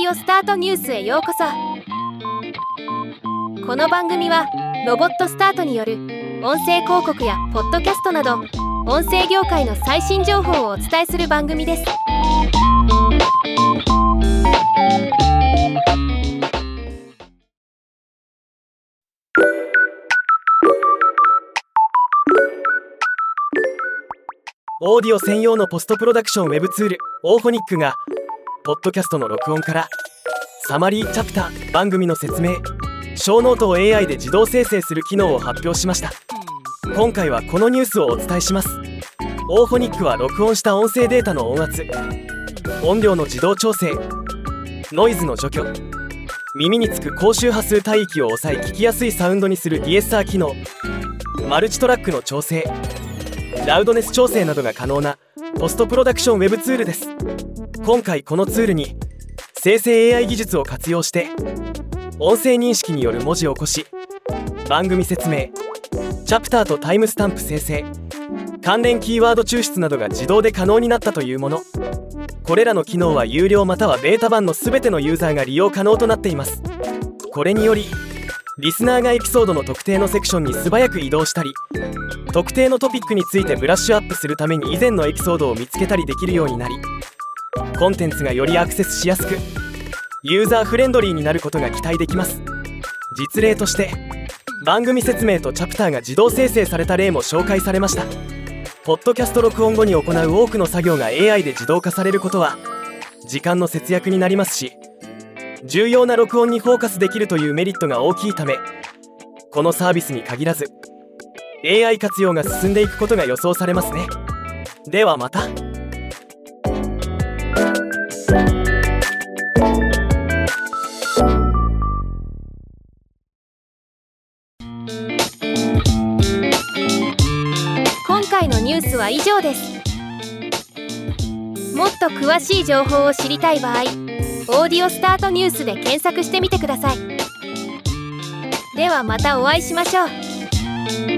オスタートニュースへようこそ。この番組はロボットスタートによる音声広告やポッドキャストなど音声業界の最新情報をお伝えする番組です。 オーディオ専用のポストプロダクションウェブツールオーフォニックがポッドキャストの録音からサマリーチャプター、番組の説明、小ノートを AI で自動生成する機能を発表しました。今回はこのニュースをお伝えします。オーフォニックは録音した音声データの音圧、音量の自動調整、ノイズの除去、耳につく高周波数帯域を抑え聞きやすいサウンドにする DSR 機能、マルチトラックの調整、ラウドネス調整などが可能なポストプロダクションウェブツールです。今回このツールに生成 AI 技術を活用して音声認識による文字起こし、番組説明、チャプターとタイムスタンプ生成、関連キーワード抽出などが自動で可能になったというもの。これらの機能は有料またはベータ版の全てのユーザーが利用可能となっています。これによりリスナーがエピソードの特定のセクションに素早く移動したり、特定のトピックについてブラッシュアップするために以前のエピソードを見つけたりできるようになり、コンテンツがよりアクセスしやすくユーザーフレンドリーになることが期待できます。実例として番組説明とチャプターが自動生成された例も紹介されました。ポッドキャスト録音後に行う多くの作業が AI で自動化されることは時間の節約になりますし、重要な録音にフォーカスできるというメリットが大きいため、このサービスに限らず AI 活用が進んでいくことが予想されますね。ではまた。 今回のニュースは以上です。もっと詳しい情報を知りたい場合、オーディオスタートニュースで検索してみてください。ではまたお会いしましょう。